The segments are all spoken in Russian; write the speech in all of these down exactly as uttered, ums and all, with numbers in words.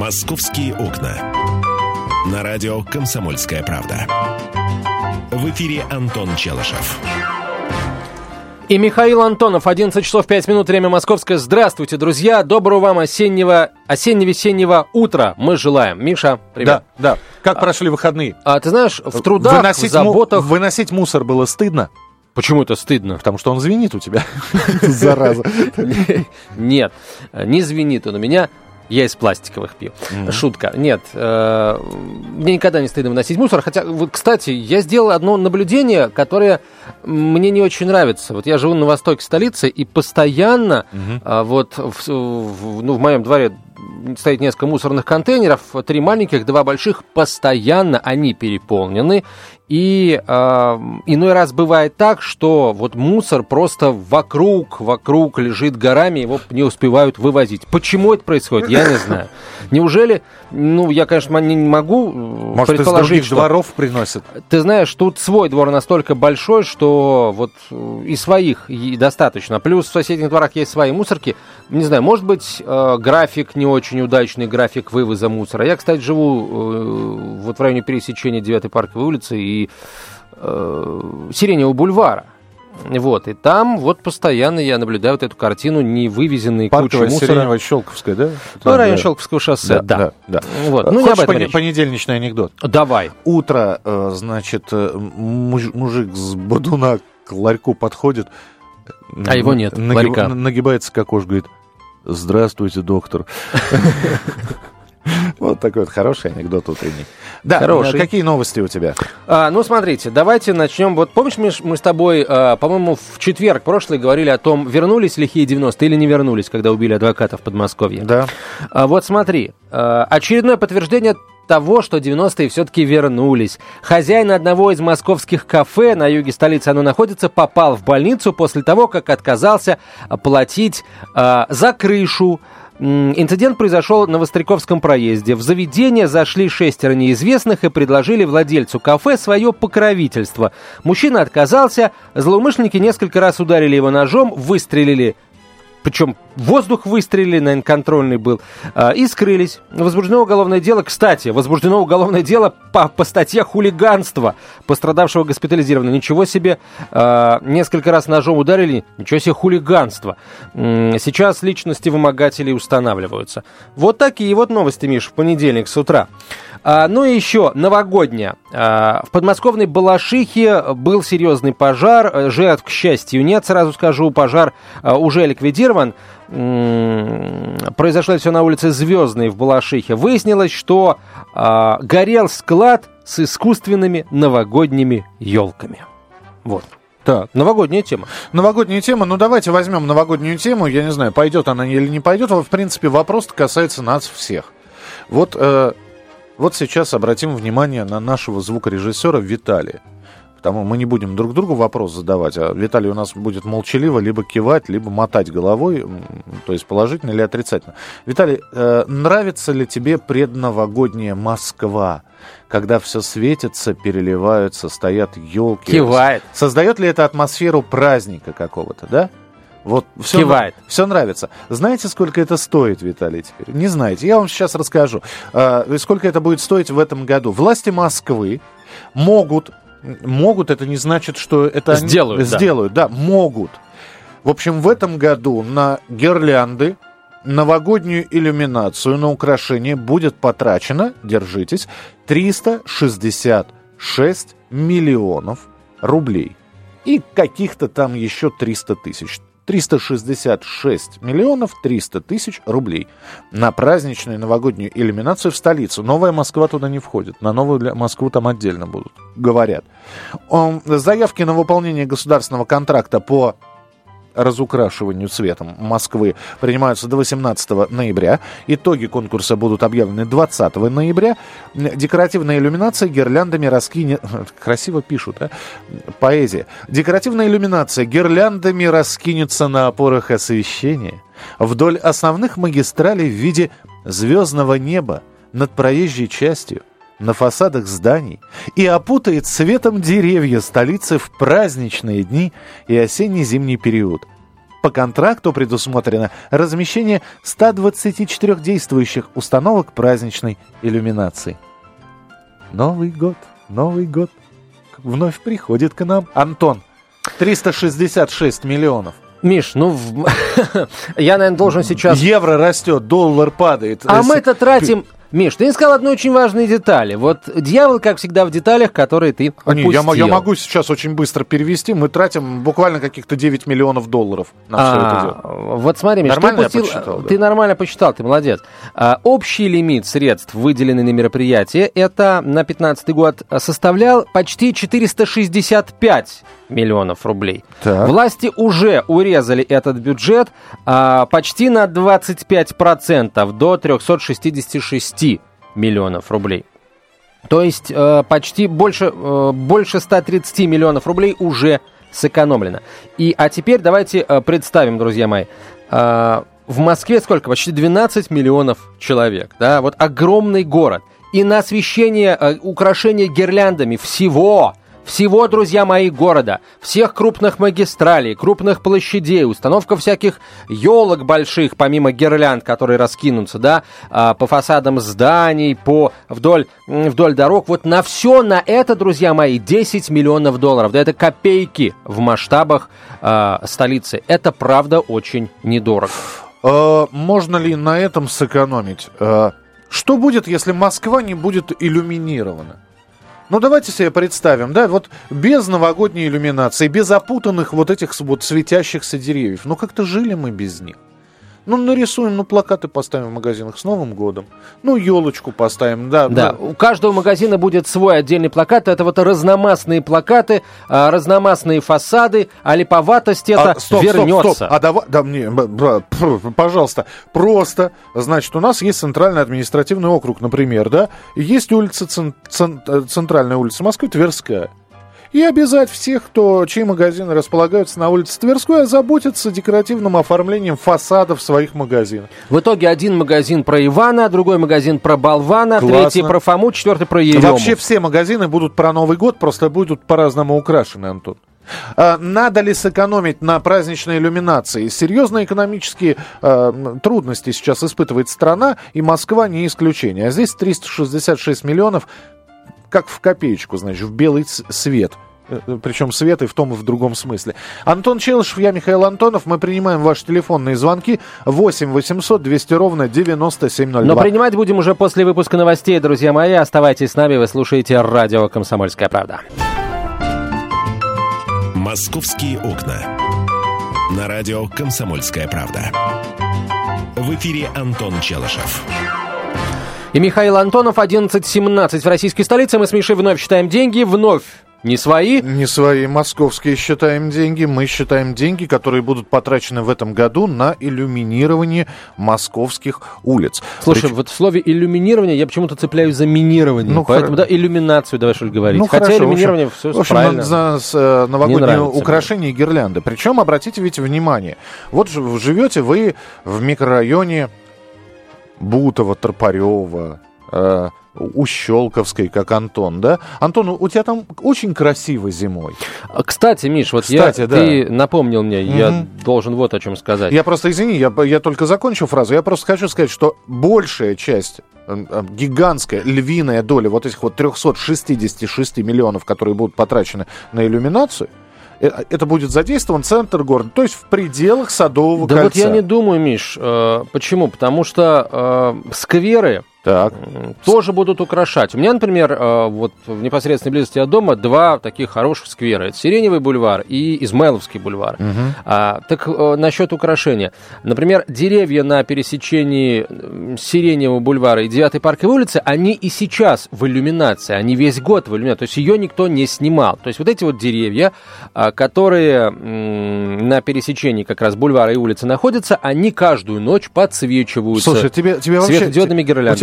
«Московские окна». На радио «Комсомольская правда». В эфире Антон Челышев. И Михаил Антонов, одиннадцать часов пять минут, время московское. Здравствуйте, друзья. Доброго вам осеннего, осенне-весеннего утра мы желаем. Миша, привет. Да, да. Как прошли выходные? А ты знаешь, в трудах, выносить в заботах... Му- выносить мусор было стыдно? Почему это стыдно? Потому что он звенит у тебя. Зараза. Нет, не звенит он у меня. Я из пластиковых пью. Mm-hmm. Шутка. Нет, э, мне никогда не стыдно выносить мусор. Хотя, вот, кстати, я сделал одно наблюдение, которое мне не очень нравится. Вот я живу на востоке столицы, и постоянно mm-hmm. э, вот в, в, ну, в моем дворе стоит несколько мусорных контейнеров, три маленьких, два больших. Постоянно они переполнены. И э, иной раз бывает так, что вот мусор просто вокруг, вокруг лежит горами, его не успевают вывозить. Почему это происходит, я не знаю. Неужели, ну, я, конечно, не могу Может, предположить, из других что... дворов приносят? Ты знаешь, тут свой двор настолько большой, что вот и своих и достаточно. Плюс в соседних дворах есть свои мусорки. Не знаю, может быть, э, график не очень удачный, график вывоза мусора. Я, кстати, живу э, вот в районе пересечения девятой Парковой улицы и э, Сиреневого бульвара. Вот, и там вот постоянно я наблюдаю вот эту картину невывезенной кучи мусора. Сиреневая, Щелковская, да? Ну, район Щелковского шоссе, да. да. да, да. Вот. Ну, Хочешь не об этом пони- речь. понедельничный анекдот? Давай. Утро, значит, муж, мужик с бодуна к ларьку подходит. А его нет, нагиб, ларька. Нагибается к окошку, говорит: «Здравствуйте, доктор». Вот такой вот хороший анекдот утренний. Да, хороший. Какие новости у тебя? А, ну, смотрите, давайте начнем. Вот помнишь, Миш, мы с тобой, а, по-моему, в четверг прошлый говорили о том, вернулись лихие девяностые или не вернулись, когда убили адвоката в Подмосковье. Да. А, вот смотри, а, очередное подтверждение того, что девяностые все-таки вернулись. Хозяин одного из московских кафе, на юге столицы оно находится, попал в больницу после того, как отказался платить а, за крышу. Инцидент произошел на Востряковском проезде. В заведение зашли шестеро неизвестных и предложили владельцу кафе свое покровительство. Мужчина отказался, злоумышленники несколько раз ударили его ножом, выстрелили, причем воздух выстрелили, наверное, контрольный был, и скрылись. Возбуждено уголовное дело. Кстати, возбуждено уголовное дело по, по статье хулиганства. Пострадавшего госпитализировано. Ничего себе. Несколько раз ножом ударили. Ничего себе хулиганство. Сейчас личности вымогателей устанавливаются. Вот такие вот новости, Миш, в понедельник с утра. Ну и еще новогодняя. В подмосковной Балашихе был серьезный пожар. Жертв, к счастью, нет, сразу скажу. Пожар уже ликвидирован. Произошло все на улице Звездной в Балашихе. Выяснилось, что а, горел склад с искусственными новогодними елками. Вот. Так. Новогодняя тема. Новогодняя тема. Ну, давайте возьмем новогоднюю тему. Я не знаю, пойдет она или не пойдет. В принципе, вопрос касается нас всех. Вот, э, вот сейчас обратим внимание на нашего звукорежиссера Виталия. Потому мы не будем друг другу вопрос задавать, а Виталий у нас будет молчаливо либо кивать, либо мотать головой, то есть положительно или отрицательно. Виталий, э, нравится ли тебе предновогодняя Москва, когда все светится, переливаются, стоят елки? Кивает. Создает ли это атмосферу праздника какого-то, да? Вот все, Кивает. Все нравится. Знаете, сколько это стоит, Виталий, теперь? Не знаете. Я вам сейчас расскажу. Э, сколько это будет стоить в этом году. Власти Москвы могут... Могут, это не значит, что это сделают, они да. сделают, да, могут. В общем, в этом году на гирлянды, новогоднюю иллюминацию, на украшение будет потрачено, держитесь, триста шестьдесят шесть миллионов рублей. И каких-то там еще триста тысяч. триста шестьдесят шесть миллионов триста тысяч рублей на праздничную новогоднюю иллюминацию в столицу. Новая Москва туда не входит. На новую Москву там отдельно будут, говорят. Заявки на выполнение государственного контракта по разукрашиванию цветом Москвы принимаются до восемнадцатого ноября. Итоги конкурса будут объявлены двадцатого ноября. Декоративная иллюминация гирляндами раскинет... Красиво пишут, а? Поэзия. Декоративная иллюминация гирляндами раскинется на опорах освещения вдоль основных магистралей в виде звездного неба над проезжей частью, на фасадах зданий и опутает светом деревья столицы в праздничные дни и осенне-зимний период. По контракту предусмотрено размещение ста двадцати четырёх действующих установок праздничной иллюминации. Новый год, Новый год вновь приходит к нам. Антон, триста шестьдесят шесть миллионов. Миш, ну, в... я, наверное, должен сейчас... Евро растет, доллар падает. А мы-то тратим... Миш, ты не сказал одну очень важную деталь. Вот дьявол, как всегда, в деталях, которые ты упустил. Не, я, я могу сейчас очень быстро перевести. Мы тратим буквально каких-то девять миллионов долларов на все а, это дело. Вот смотри, Миш, нормально ты, упустил, посчитал, да? Ты нормально посчитал, ты молодец. А, общий лимит средств, выделенный на мероприятие, это на пятнадцатый год составлял почти четыреста шестьдесят пять миллионов рублей. Так. Власти уже урезали этот бюджет а, почти на двадцать пять процентов, до триста шестьдесят шесть миллионов рублей. То есть э, почти больше, э, больше ста тридцати миллионов рублей уже сэкономлено. И, а теперь давайте э, представим, друзья мои, э, в Москве сколько? Почти двенадцать миллионов человек. Да? Вот огромный город. И на освещение, э, украшение гирляндами всего... Всего, друзья мои, города, всех крупных магистралей, крупных площадей, установка всяких елок больших, помимо гирлянд, которые раскинутся, да, по фасадам зданий, по, вдоль, вдоль дорог. Вот на все на это, друзья мои, десять миллионов долларов. Да это копейки в масштабах э, столицы. Это, правда, очень недорого. А, можно ли на этом сэкономить? А, что будет, если Москва не будет иллюминирована? Ну, давайте себе представим, да, вот без новогодней иллюминации, без опутанных вот этих вот светящихся деревьев. Ну, как-то жили мы без них. Ну, нарисуем, ну, плакаты поставим в магазинах с Новым годом. Ну, елочку поставим, да. Да, ну. У каждого магазина будет свой отдельный плакат. Это вот разномастные плакаты, разномастные фасады, а липоватость это а, стоп, вернется. Стоп, стоп. А давай, да, мне, пожалуйста, просто, значит, у нас есть центральный административный округ, например, да, и есть улица, центральная улица Москвы, Тверская. И обязать всех, кто, чьи магазины располагаются на улице Тверской, озаботиться декоративным оформлением фасадов своих магазинов. В итоге один магазин про Ивана, другой магазин про Болвана, Классно. Третий про Фому, четвертый про Ерему. Вообще все магазины будут про Новый год, просто будут по-разному украшены, Антон. А, надо ли сэкономить на праздничной иллюминации? Серьезные экономические а, трудности сейчас испытывает страна, и Москва не исключение. А здесь триста шестьдесят шесть миллионов, как в копеечку, значит, в белый свет. Причем свет и в том, и в другом смысле. Антон Челышев, я Михаил Антонов. Мы принимаем ваши телефонные звонки восемь восемьсот двести ровно девяносто семь ноль два. Но принимать будем уже после выпуска новостей, друзья мои. Оставайтесь с нами, вы слушаете радио «Комсомольская правда». «Московские окна». На радио «Комсомольская правда». В эфире Антон Челышев. И Михаил Антонов, одиннадцать семнадцать в российской столице. Мы с Мишей вновь считаем деньги, вновь не свои. Не свои, московские считаем деньги. Мы считаем деньги, которые будут потрачены в этом году на иллюминирование московских улиц. Слушай, Прич... вот в слове иллюминирование я почему-то цепляюсь за минирование. Ну, поэтому, хор... да, иллюминацию давай, что ли, говорить. Ну, Хотя хорошо, иллюминирование в общем, все в общем, правильно. За, за новогодние украшения и гирлянды. Причем, обратите ведь внимание, вот живете вы в микрорайоне Бутово, Тропарева, э, у Щелковской, как Антон, да? Антон, у тебя там очень красиво зимой. Кстати, Миш, вот Кстати, я, да. ты напомнил мне, угу. я должен вот о чем сказать. Я просто, извини, я, я только закончу фразу. Я просто хочу сказать, что большая часть, гигантская, львиная доля вот этих вот триста шестьдесят шесть миллионов, которые будут потрачены на иллюминацию, это будет задействован центр города, то есть в пределах Садового да кольца. Да вот я не думаю, Миш. Э, почему? Потому что э, скверы так. тоже будут украшать. У меня, например, э, вот в непосредственной близости от дома два таких хороших сквера. Это Сиреневый бульвар и Измайловский бульвар. Угу. А, так э, насчет украшения. Например, деревья на пересечении Сиреневого бульвара и девятой Парковой улицы, они и сейчас в иллюминации, они весь год в иллюминации. То есть ее никто не снимал. То есть вот эти вот деревья, которые м, на пересечении как раз бульвара и улицы находятся, они каждую ночь подсвечиваются. Слушай, тебе, тебе светодиодными гирляндами.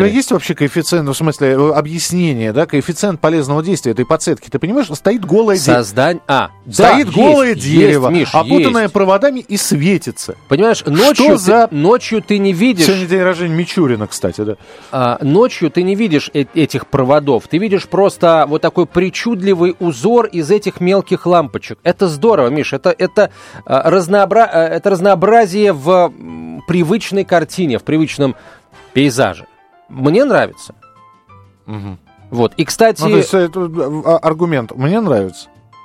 есть вообще коэффициент, ну, в смысле, объяснение, да, коэффициент полезного действия этой подсветки? Ты понимаешь, стоит голое дерево. Создань... А, стоит да, голое есть, дерево, есть, Миш, опутанное есть. проводами и светится. Понимаешь, ночью, Что за... ты, ночью ты не видишь... Сегодня день рождения Мичурина, кстати, да. А, ночью ты не видишь э- этих проводов, ты видишь просто вот такой причудливый узор из этих мелких лампочек. Это здорово, Миш, это, это, а, разнообра... это разнообразие в м, привычной картине, в привычном пейзаже. Мне нравится. Угу. Вот, и, кстати... Ну, то есть, это аргумент «мне нравится».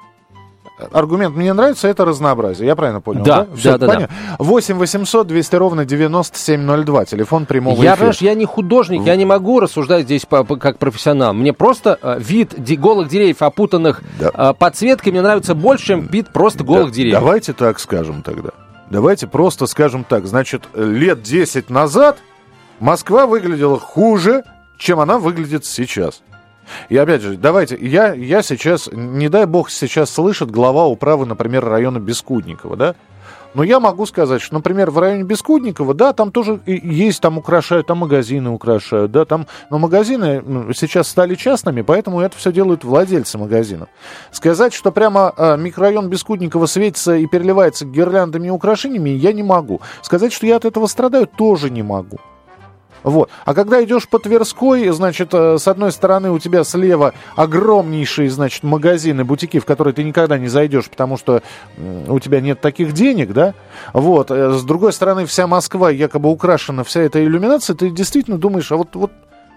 Аргумент «мне нравится» — это разнообразие. Я правильно понял? Да, да, Все, да, да, да. восемь восемьсот двести ровно девяносто семь ноль два. Телефон прямого я, эфира. понимаешь, я не художник, я не могу рассуждать здесь по, по, как профессионал. Мне просто э, вид де- голых деревьев, опутанных Да. э, подсветкой, мне нравится больше, чем вид просто голых Да, деревьев. Давайте так скажем тогда. Давайте просто скажем так. Значит, лет десять назад Москва выглядела хуже, чем она выглядит сейчас. И опять же, давайте, я, я сейчас, не дай бог, сейчас слышит глава управы, например, района Бескудникова, да? Но я могу сказать, что, например, в районе Бескудникова, да, там тоже есть, там украшают, там магазины украшают, да, там, но магазины сейчас стали частными, поэтому это все делают владельцы магазинов. Сказать, что прямо а, микрорайон Бескудникова светится и переливается гирляндами и украшениями, я не могу. Сказать, что я от этого страдаю, тоже не могу. Вот. А когда идешь по Тверской, значит, с одной стороны у тебя слева огромнейшие, значит, магазины, бутики, в которые ты никогда не зайдешь, потому что у тебя нет таких денег, да? Вот. С другой стороны, вся Москва якобы украшена, вся эта иллюминация, ты действительно думаешь, а вот, вот,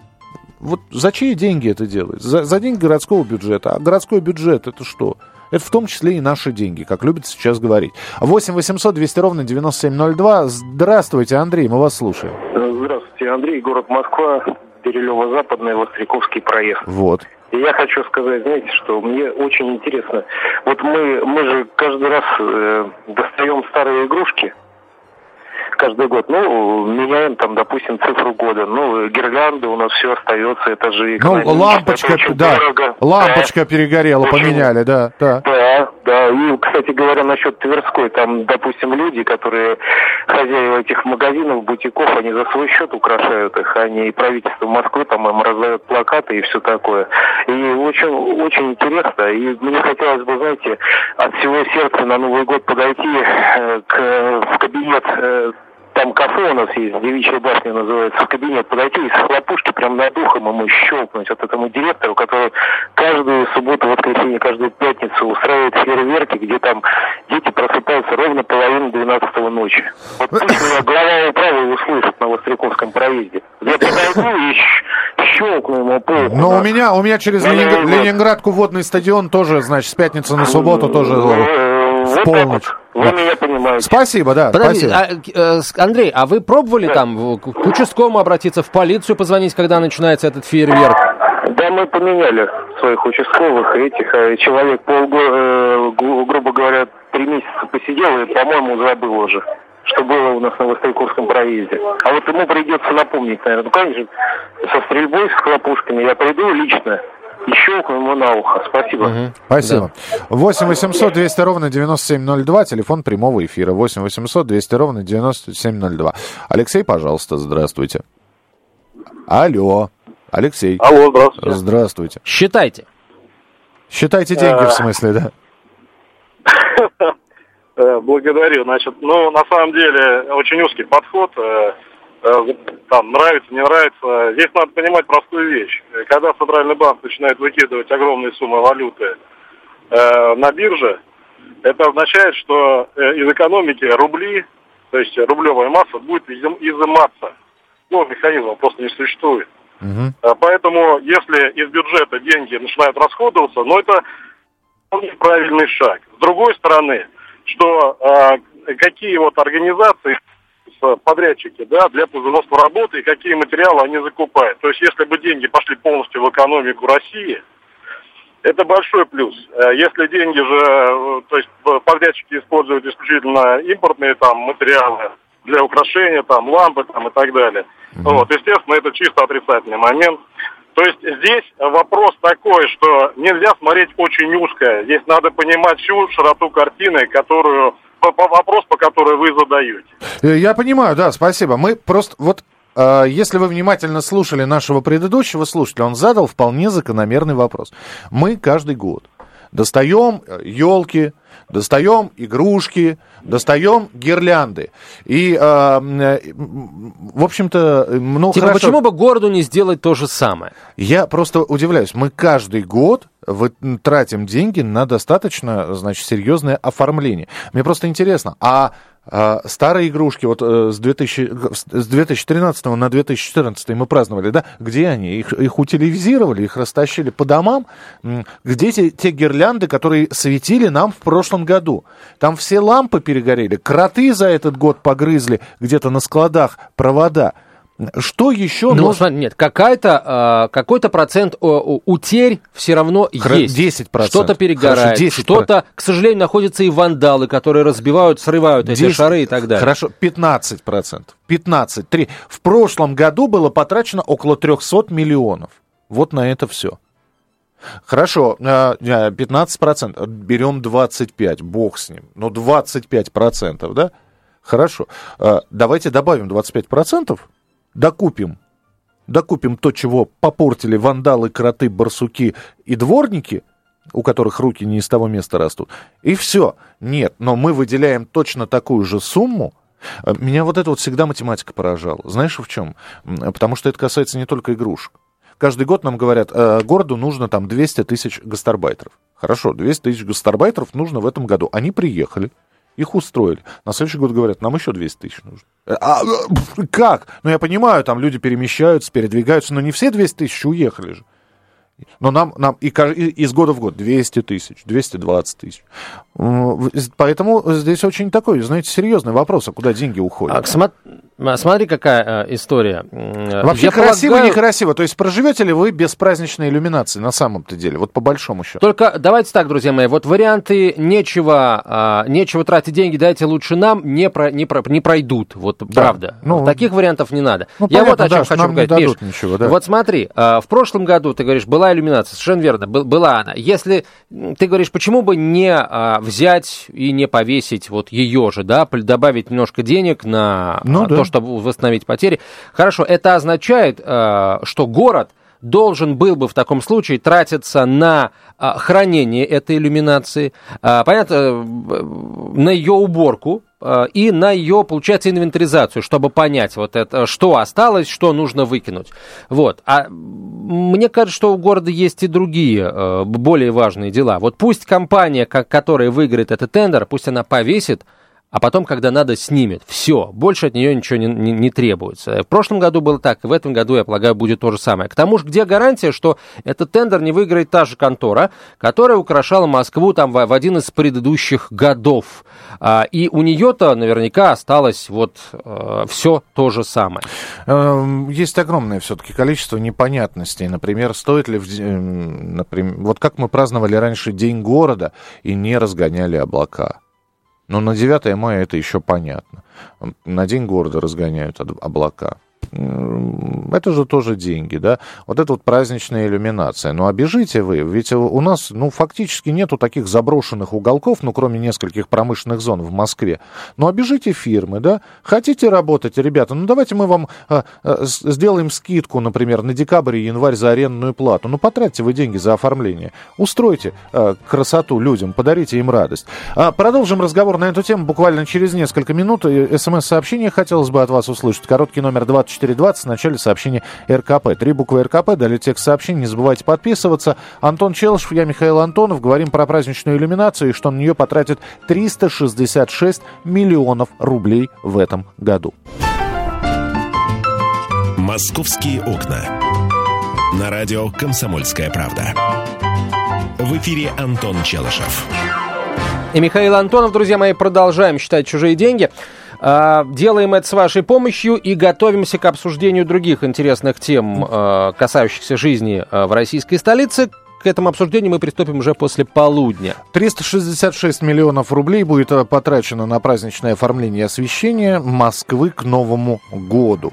вот за чьи деньги это делается? За, за деньги городского бюджета. А городской бюджет это что? Это в том числе и наши деньги, как любят сейчас говорить. восемь восемьсот двести ровно девяносто семь ноль два. Здравствуйте, Андрей, мы вас слушаем. Здравствуйте, Андрей, город Москва, Бирюлево-Западный, Востряковский проезд. Вот. И я хочу сказать, знаете, что мне очень интересно. Вот мы, мы же каждый раз э, достаем старые игрушки. Каждый год, ну, меняем там, допустим, цифру года. Ну, гирлянды у нас все остается, это же Ну, лампочка, да, дорого. лампочка да. перегорела, очень... поменяли, да, да. Да, да, и, кстати говоря, насчет Тверской, там, допустим, люди, которые хозяева этих магазинов, бутиков, они за свой счет украшают их, они и правительство Москвы там им раздают плакаты и все такое. И очень, очень интересно, и мне хотелось бы, знаете, от всего сердца на Новый год подойти э, к, в кабинет э, там кафе у нас есть, Девичья башня называется, в кабинет подойти и с хлопушки прям над ухом ему щелкнуть вот этому директору, который каждую субботу, воскресенье, каждую пятницу устраивает фейерверки, где там дети просыпаются ровно половину двенадцатого ночи. Вот пусть меня глава управы услышит на Востряковском проезде. Я подойду и щелкну ему по уху. Но у меня, у меня через Ленинг... Ленинградку водный стадион тоже, значит, с пятницы на субботу тоже в полночь. Вы да. меня понимаете. Спасибо, да. Подожди, спасибо. А, Андрей, а вы пробовали да. там к участковому обратиться, в полицию позвонить, когда начинается этот фейерверк? Да, мы поменяли своих участковых, этих. Человек полгода, грубо говоря, три месяца посидел и, по-моему, забыл уже, что было у нас на Востряковском проезде. А вот ему придется напомнить, наверное. Ну, конечно, со стрельбой, с хлопушками я приду лично. И щелкну ему на ухо. Спасибо. Угу. Спасибо. Да. восемь восемьсот двести ровно девяносто семь ноль два. Телефон прямого эфира. восемь восемьсот двести ровно девяносто семь ноль два. Алексей, пожалуйста, здравствуйте. Алло. Алексей. Алло, здравствуйте. Здравствуйте. Считайте. Считайте деньги, в смысле, да? Благодарю. Значит, ну, на самом деле, очень узкий подход. Там, нравится, не нравится. Здесь надо понимать простую вещь. Когда Центральный банк начинает выкидывать огромные суммы валюты э, на бирже, это означает, что э, из экономики рубли, то есть рублевая масса, будет изыматься. Ну, механизма просто не существует. Uh-huh. Э, поэтому, если из бюджета деньги начинают расходоваться, ну, это правильный шаг. С другой стороны, что э, какие вот организации... подрядчики, да, для производства работы и какие материалы они закупают. То есть, если бы деньги пошли полностью в экономику России, это большой плюс. Если деньги же, то есть, подрядчики используют исключительно импортные там материалы для украшения, там, лампы там и так далее, mm-hmm. вот, естественно, это чисто отрицательный момент. То есть, здесь вопрос такой, что нельзя смотреть очень узко. Здесь надо понимать всю широту картины, которую... Вопрос, по которому вы задаете. Я понимаю, да, спасибо. Мы просто вот если вы внимательно слушали нашего предыдущего слушателя, он задал вполне закономерный вопрос. Мы каждый год достаем елки, достаем игрушки, достаем гирлянды. И, э, в общем-то, ну, типа, хорошо. Почему бы городу не сделать то же самое? Я просто удивляюсь. Мы каждый год тратим деньги на достаточно, значит, серьезное оформление. Мне просто интересно, а А, старые игрушки, вот э, с, две тысячи, с две тысячи тринадцатого на две тысячи четырнадцатый мы праздновали, да? Где они? Их, их утилизировали, их растащили по домам? Где те, те гирлянды, которые светили нам в прошлом году? Там все лампы перегорели, кроты за этот год погрызли где-то на складах провода. Что еще? Ну, нужно... смотри, нет, какая-то, э, какой-то процент э, утерь все равно есть. десять процентов. Что-то перегорает, Хорошо, десять процентов. Что-то, к сожалению, находятся и вандалы, которые разбивают, срывают эти шары и так далее. Хорошо, пятнадцать процентов. пятнадцать, три. В прошлом году было потрачено около триста миллионов. Вот на это все. Хорошо, пятнадцать процентов. Берем двадцать пять процентов, бог с ним. Ну, двадцать пять процентов, да? Хорошо. Давайте добавим двадцать пять процентов. Докупим, докупим то, чего попортили вандалы, кроты, барсуки и дворники, у которых руки не из того места растут, и все. Нет, но мы выделяем точно такую же сумму. Меня вот это вот всегда математика поражала. Знаешь, в чем? Потому что это касается не только игрушек. Каждый год нам говорят, э, городу нужно там двести тысяч гастарбайтеров. Хорошо, двести тысяч гастарбайтеров нужно в этом году. Они приехали. Их устроили. На следующий год говорят, нам еще двести тысяч нужно. А, как? Ну, я понимаю, там люди перемещаются, передвигаются, но не все двести тысяч уехали же. Но нам, нам и, и, из года в год двести тысяч, двести двадцать тысяч. Поэтому здесь очень такой, знаете, серьезный вопрос, а куда деньги уходят. А, смо... Смотри, какая э, история. Вообще Я красиво, полагаю... некрасиво. То есть проживете ли вы без праздничной иллюминации на самом-то деле? Вот по большому счету. Только давайте так, друзья мои, вот варианты нечего, э, нечего тратить деньги, дайте лучше нам, не, про, не, про, не пройдут. Вот да. Правда. Ну, таких вариантов не надо. Ну, Я понятно, вот о чем да, хочу сказать. Миш, ничего, да. Вот смотри, э, в прошлом году, ты говоришь, была иллюминация, совершенно верно, был, была она. Если ты говоришь, почему бы не э, взять и не повесить вот ее же, да, добавить немножко денег на ну, э, да. то, чтобы восстановить потери. Хорошо, это означает, э, что город должен был бы в таком случае тратиться на э, хранение этой иллюминации, э, понятно, э, на ее уборку э, и на ее, получается, инвентаризацию, чтобы понять, вот это, что осталось, что нужно выкинуть. Вот. А мне кажется, что у города есть и другие, э, более важные дела. Вот пусть компания, как, которая выиграет этот тендер, пусть она повесит, а потом, когда надо, снимет. Все, больше от нее ничего не, не, не требуется. В прошлом году было так, и в этом году, я полагаю, будет то же самое. К тому же, где гарантия, что этот тендер не выиграет та же контора, которая украшала Москву там в, в один из предыдущих годов. А, и у нее-то наверняка осталось вот а, все то же самое. Есть огромное все-таки количество непонятностей. Например, стоит ли... Например, вот как мы праздновали раньше День города и не разгоняли облака. Но на девятое мая это еще понятно. На День города разгоняют облака. Это же тоже деньги, да? Вот это вот праздничная иллюминация. Ну, обижите вы, ведь у нас, ну, фактически нету таких заброшенных уголков, ну, кроме нескольких промышленных зон в Москве. Ну, обижите фирмы, да? Хотите работать, ребята? Ну, давайте мы вам а, а, сделаем скидку, например, на декабрь и январь за арендную плату. Ну, потратьте вы деньги за оформление. Устройте а, красоту людям, подарите им радость. А, продолжим разговор на эту тему буквально через несколько минут. СМС-сообщение хотелось бы от вас услышать. Короткий номер двадцать четыре двадцать, в начале сообщения РКП. Три буквы РКП, далее текст сообщения. Не забывайте подписываться. Антон Челышев, я Михаил Антонов. Говорим про праздничную иллюминацию и что на нее потратят триста шестьдесят шесть миллионов рублей в этом году. «Московские окна». На радио «Комсомольская правда». В эфире Антон Челышев. И Михаил Антонов, друзья мои, продолжаем считать чужие деньги. Делаем это с вашей помощью и готовимся к обсуждению других интересных тем, касающихся жизни в российской столице. к этому обсуждению мы приступим уже после полудня. триста шестьдесят шесть миллионов рублей будет потрачено на праздничное оформление и освещение Москвы к Новому году.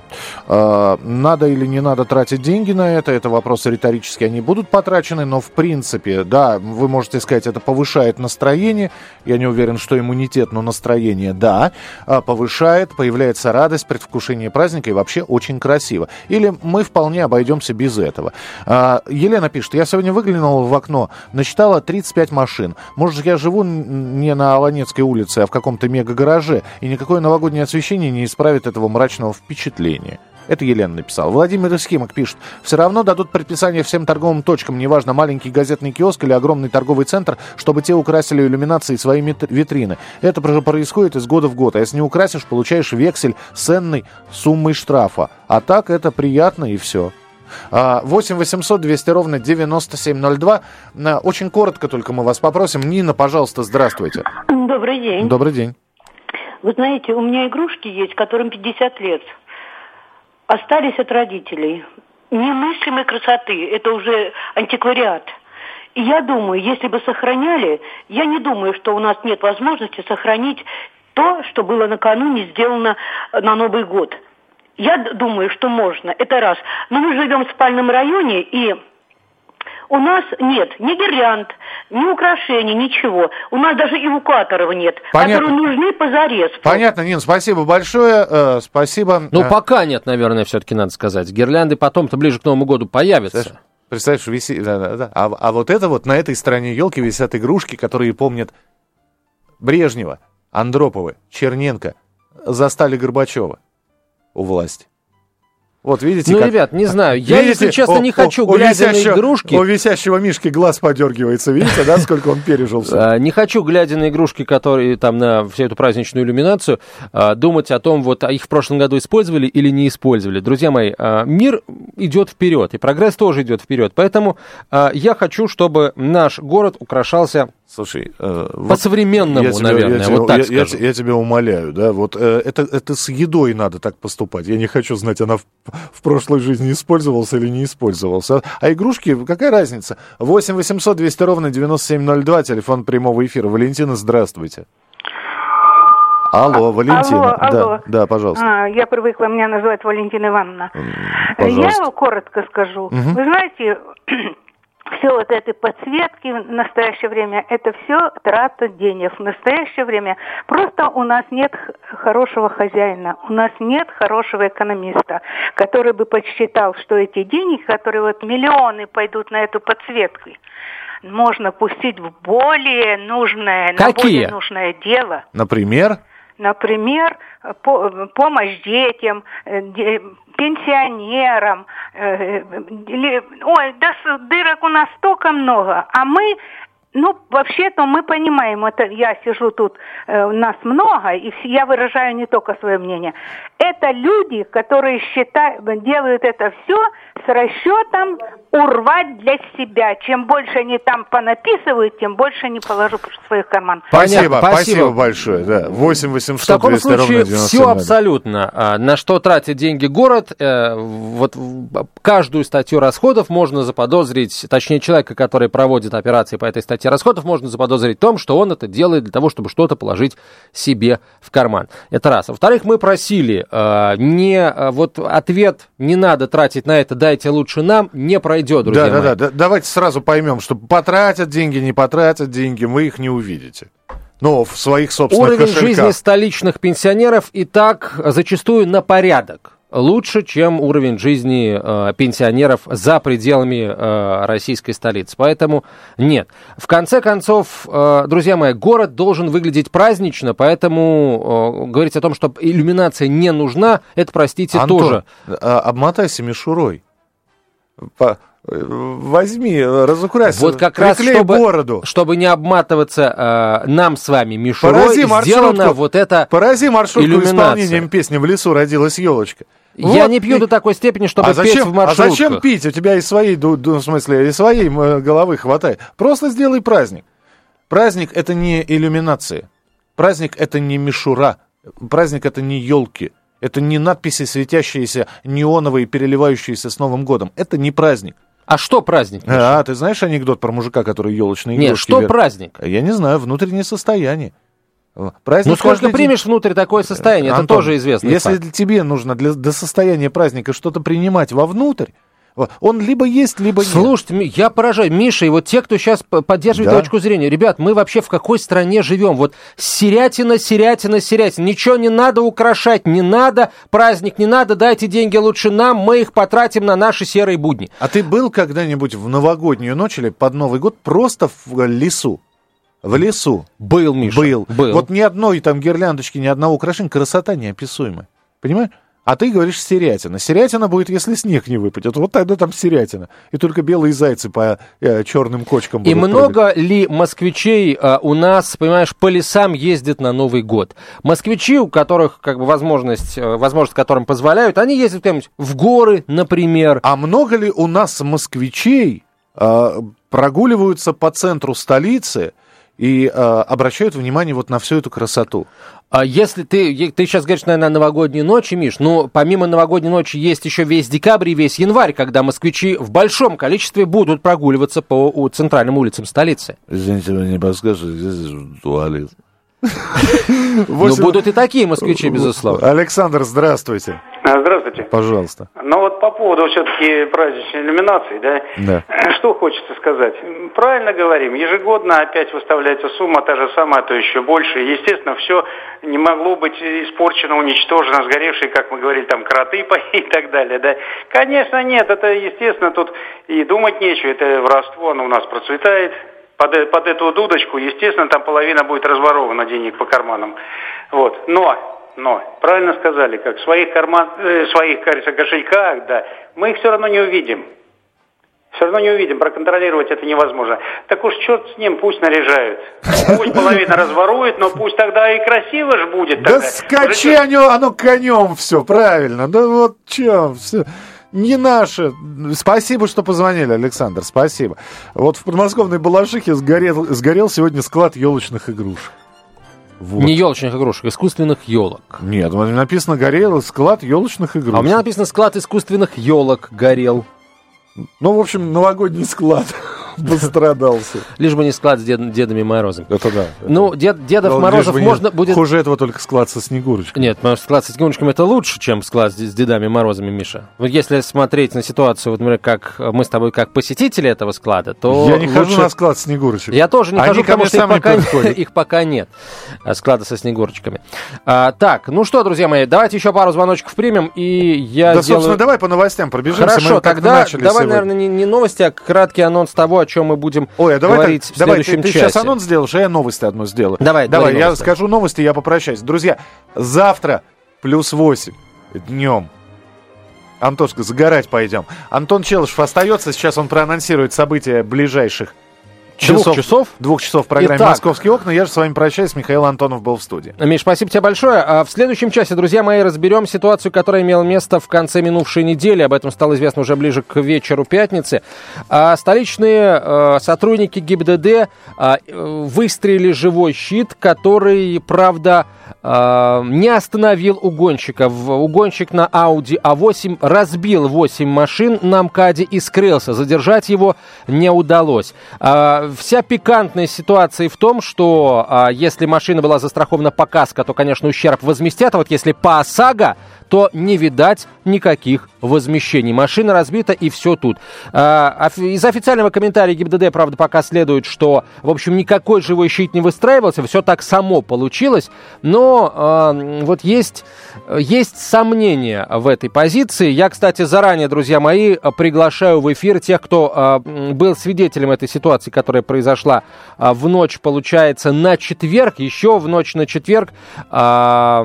Надо или не надо тратить деньги на это? Это вопросы риторические, они будут потрачены, но в принципе, да, вы можете сказать, это повышает настроение. Я не уверен, что иммунитет, но настроение, да, повышает, появляется радость, предвкушение праздника и вообще очень красиво. Или мы вполне обойдемся без этого. Елена пишет, я сегодня выглянула в окно, насчитала тридцать пять машин. Может, я живу не на Аланецкой улице, а в каком-то мега-гараже, и никакое новогоднее освещение не исправит этого мрачного впечатления. Это Елена написала. Владимир Исхимок пишет, все равно дадут предписание всем торговым точкам, неважно, маленький газетный киоск или огромный торговый центр, чтобы те украсили иллюминацией свои витрины. Это происходит из года в год. А если не украсишь, получаешь вексель с ценной суммой штрафа. А так это приятно и все. восемь восемьсот двести ровно девяносто семь ноль два. Очень коротко только мы вас попросим. Нина, пожалуйста, здравствуйте. Добрый день. Добрый день. Вы знаете, у меня игрушки есть, которым пятьдесят лет. Остались от родителей. Немыслимой красоты. Это уже антиквариат. И я думаю, если бы сохраняли, я не думаю, что у нас нет возможности сохранить то, что было накануне сделано на Новый год. Я думаю, что можно. Это раз. Но мы живем в спальном районе, и у нас нет ни гирлянд, ни украшений, ничего. У нас даже эвакуаторов нет, Понятно. которые нужны позарез. Понятно, Нин, спасибо большое. Э, спасибо. Ну, пока нет, наверное, все-таки надо сказать. Гирлянды потом-то ближе к Новому году появятся. Знаешь, представляешь, виси... да, да, да. А, а вот это вот на этой стороне елки висят игрушки, которые помнят Брежнева, Андроповы, Черненко, застали Горбачева у власти. Вот видите, ну, как... ребят, не знаю, я, видите, если честно, о, не о, хочу, о, глядя висящего, на игрушки... У висящего Мишки глаз подергивается, видите, да, сколько он пережил все? Не хочу, глядя на игрушки, которые там на всю эту праздничную иллюминацию, думать о том, вот их в прошлом году использовали или не использовали. Друзья мои, мир идет вперед, и прогресс тоже идет вперед, поэтому я хочу, чтобы наш город украшался... Слушай, э, по-современному, я тебя, наверное, я тебя, вот так я, скажу. Я, я тебя умоляю, да, вот э, это, это с едой надо так поступать. Я не хочу знать, она в, в прошлой жизни использовался или не использовался. А игрушки, какая разница? восемь восемьсот двести ровно девяносто семь ноль два, телефон прямого эфира. Валентина, здравствуйте. Алло, Валентина. Алло, да, алло. Да, пожалуйста. А, я привыкла меня называть Валентина Ивановна. Пожалуйста. Я коротко скажу. Угу. Вы знаете... Все вот эти подсветки в настоящее время, это все трата денег. В настоящее время просто у нас нет хорошего хозяина, у нас нет хорошего экономиста, который бы подсчитал, что эти деньги, которые вот миллионы пойдут на эту подсветку, можно пустить в более нужное, на более нужное дело. Например? Например, по, помощь детям, де, пенсионерам. Э, или, ой, да дырок у нас столько много. А мы, ну, вообще-то мы понимаем, это я сижу тут, э, нас много, и я выражаю не только свое мнение. Это люди, которые считают, делают это все с расчетом урвать для себя. Чем больше они там понаписывают, тем больше они положу в свой карман. Спасибо, спасибо, спасибо большое. Да. восемь восемьсот В таком случае все абсолютно. На что тратит деньги город, вот каждую статью расходов можно заподозрить, точнее человека, который проводит операции по этой статье расходов, можно заподозрить в том, что он это делает для того, чтобы что-то положить себе в карман. Это раз. Во-вторых, мы просили, не, вот ответ «не надо тратить на это, дайте лучше нам», не пройдет. Друзья да, мои. да, да. Давайте сразу поймем, что потратят деньги, не потратят деньги, вы их не увидите. Но в своих собственных Уровень кошельках. жизни столичных пенсионеров и так зачастую на порядок лучше, чем уровень жизни э, пенсионеров за пределами э, российской столицы. Поэтому нет. В конце концов, э, друзья мои, город должен выглядеть празднично, поэтому э, говорить о том, что иллюминация не нужна, это, простите, Антон, тоже. Обмотайся мишурой. По... Возьми, разукрась, вот как раз, чтобы, бороду. Чтобы не обматываться э, нам с вами мишурой, Порази сделана маршрутку, вот эта порази маршрутку иллюминация. Исполнением песни «В лесу родилась елочка». Я вот. не пью до такой степени, чтобы а петь зачем, в маршрутках. А зачем пить? У тебя из своей, в смысле, из своей головы хватает. Просто сделай праздник. Праздник — это не иллюминация. Праздник — это не мишура. Праздник — это не елки. Это не надписи, светящиеся, неоновые, переливающиеся с Новым годом. Это не праздник. А что праздник? А, ты знаешь анекдот про мужика, который елочные игрушки... Нет, что вер... праздник? Я не знаю, внутреннее состояние. Праздник ну, сколько примешь день... внутрь такое состояние, Антон, это тоже известно. Если факт. Тебе нужно для, для состояния праздника что-то принимать вовнутрь, он либо есть, либо нет. Слушайте, я поражаюсь. Миша, и вот те, кто сейчас поддерживает да. точку зрения. Ребят, мы вообще в какой стране живем? Вот серятина, серятина, серятина. Ничего не надо украшать, не надо, праздник не надо, дайте деньги лучше нам, мы их потратим на наши серые будни. А ты был когда-нибудь в новогоднюю ночь или под Новый год просто в лесу? В лесу? Был, Миша. Был. Был. Вот ни одной там гирляндочки, ни одного украшения, красота неописуемая. Понимаешь? А ты говоришь серятина. Серятина будет, если снег не выпадет. Вот тогда там серятина. И только белые зайцы по э, черным кочкам будут. И много прыгать. Ли москвичей э, у нас, понимаешь, по лесам ездят на Новый год? Москвичи, у которых как бы возможность, э, возможность которым позволяют, они ездят куда-нибудь в горы, например. А много ли у нас москвичей э, прогуливаются по центру столицы и э, обращают внимание вот на всю эту красоту? А если ты, ты сейчас говоришь, наверное, о новогодней ночи, Миш, но помимо новогодней ночи есть еще весь декабрь и весь январь, когда москвичи в большом количестве будут прогуливаться по центральным улицам столицы. Извините, вы не подскажете, где здесь туалет? Ну, будут и такие москвичи, безусловно. Александр, здравствуйте. Здравствуйте. Пожалуйста. Ну вот по поводу все-таки праздничной иллюминации, да? Да. Что хочется сказать? Правильно говорим, ежегодно опять выставляется сумма та же самая, а то еще больше. Естественно, все не могло быть испорчено, уничтожено, сгоревшие, как мы говорили, там, кроты и так далее, да? Конечно, нет, это, естественно, тут и думать нечего, это воровство, оно у нас процветает. Под, под эту дудочку, естественно, там половина будет разворована денег по карманам. Вот. Но, но, правильно сказали, как в своих карман, э, своих, кажется, кошельках, да, мы их все равно не увидим. Все равно не увидим, проконтролировать это невозможно. Так уж черт с ним, пусть наряжают. Пусть половина разворует, но пусть тогда и красиво же будет. Да скачи оно, оно конем все, правильно. Да вот че, все. Не наше. Спасибо, что позвонили, Александр, спасибо. Вот в подмосковной Балашихе сгорел, сгорел сегодня склад елочных игрушек. Вот. Не елочных игрушек, искусственных елок. Нет, написано горел склад елочных игрушек. А у меня написано склад искусственных елок горел. Ну, в общем, новогодний склад пострадался. Лишь бы не склад с дед, Дедами Морозом. Это да. Ну, дед, Дедов Но Морозов можно не... будет... Хуже этого только склад со Снегурочкой. Нет, склад со Снегурочками это лучше, чем склад с, с Дедами Морозами, Миша. Вот если смотреть на ситуацию, вот, например, как мы с тобой как посетители этого склада, то я не лучше... хожу на склад Снегурочек. Я тоже не Они хожу, потому что их пока, их пока нет. Склада со Снегурочками. А, так, ну что, друзья мои, давайте еще пару звоночков примем, и я Да, сделаю... собственно, давай по новостям пробежимся. Хорошо, тогда давай, наверное, не, не новости, а краткий анонс того, о чем мы будем Ой, а давай говорить так, в следующем давай, ты, часе. Ты сейчас анонс сделаешь, а я новости одну сделаю. Давай, давай я новости. скажу новости, я попрощаюсь. Друзья, завтра плюс восемь днем. Антошка, загорать пойдем. Антон Челышев остается, сейчас он проанонсирует события ближайших Часов, двух часов? Двух часов в программе Итак, «Московские окна». Я же с вами прощаюсь. Михаил Антонов был в студии. Миш, спасибо тебе большое. А в следующем часе, друзья мои, разберем ситуацию, которая имела место в конце минувшей недели. Об этом стало известно уже ближе к вечеру пятницы. А столичные а, сотрудники ГИБДД а, выстроили живой щит, который, правда, а, не остановил угонщика. Угонщик на Audi а восемь разбил восемь машин на МКАДе и скрылся. Задержать его не удалось. А, Вся пикантная ситуация в том, что а, если машина была застрахована по КАСКО, то, конечно, ущерб возместят, а вот если по ОСАГО, то не видать никаких возмещений. Машина разбита, и все тут. А, из официального комментария ГИБДД, правда, пока следует, что, в общем, никакой живой щит не выстраивался, все так само получилось, но а, вот есть, есть сомнения в этой позиции. Я, кстати, заранее, друзья мои, приглашаю в эфир тех, кто а, был свидетелем этой ситуации, которая произошла а, в ночь, получается, на четверг. Еще в ночь на четверг а,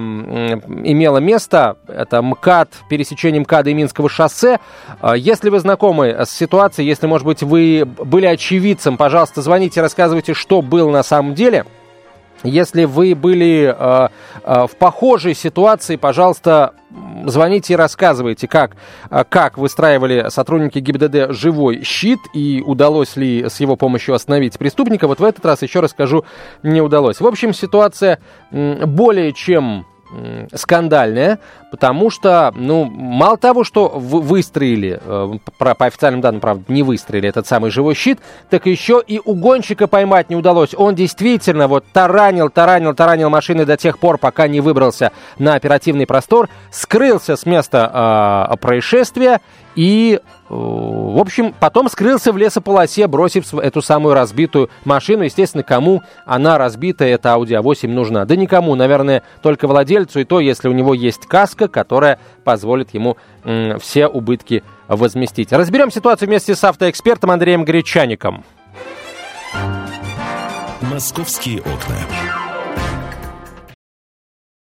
имело место, это МКАД, пересечение МКАДа и Минского шоссе. А, если вы знакомы с ситуацией, если, может быть, вы были очевидцем, пожалуйста, звоните, рассказывайте, что было на самом деле. Если вы были э, э, в похожей ситуации, пожалуйста, звоните и рассказывайте, как, как выстраивали сотрудники ГИБДД живой щит и удалось ли с его помощью остановить преступника. Вот в этот раз, еще раз скажу, не удалось. В общем, ситуация более чем м- скандальная, потому что, ну, мало того, что вы- выстроили, э, про, по официальным данным, правда, не выстроили этот самый живой щит, так еще и угонщика поймать не удалось. Он действительно вот таранил, таранил, таранил машины до тех пор, пока не выбрался на оперативный простор, скрылся с места э, происшествия и, э, в общем, потом скрылся в лесополосе, бросив эту самую разбитую машину. Естественно, кому она разбитая, эта Audi а восемь, нужна? Да никому, наверное, только владельцу, и то, если у него есть каска, которая позволит ему м, все убытки возместить. Разберем ситуацию вместе с автоэкспертом Андреем Гречаником. «Московские окна».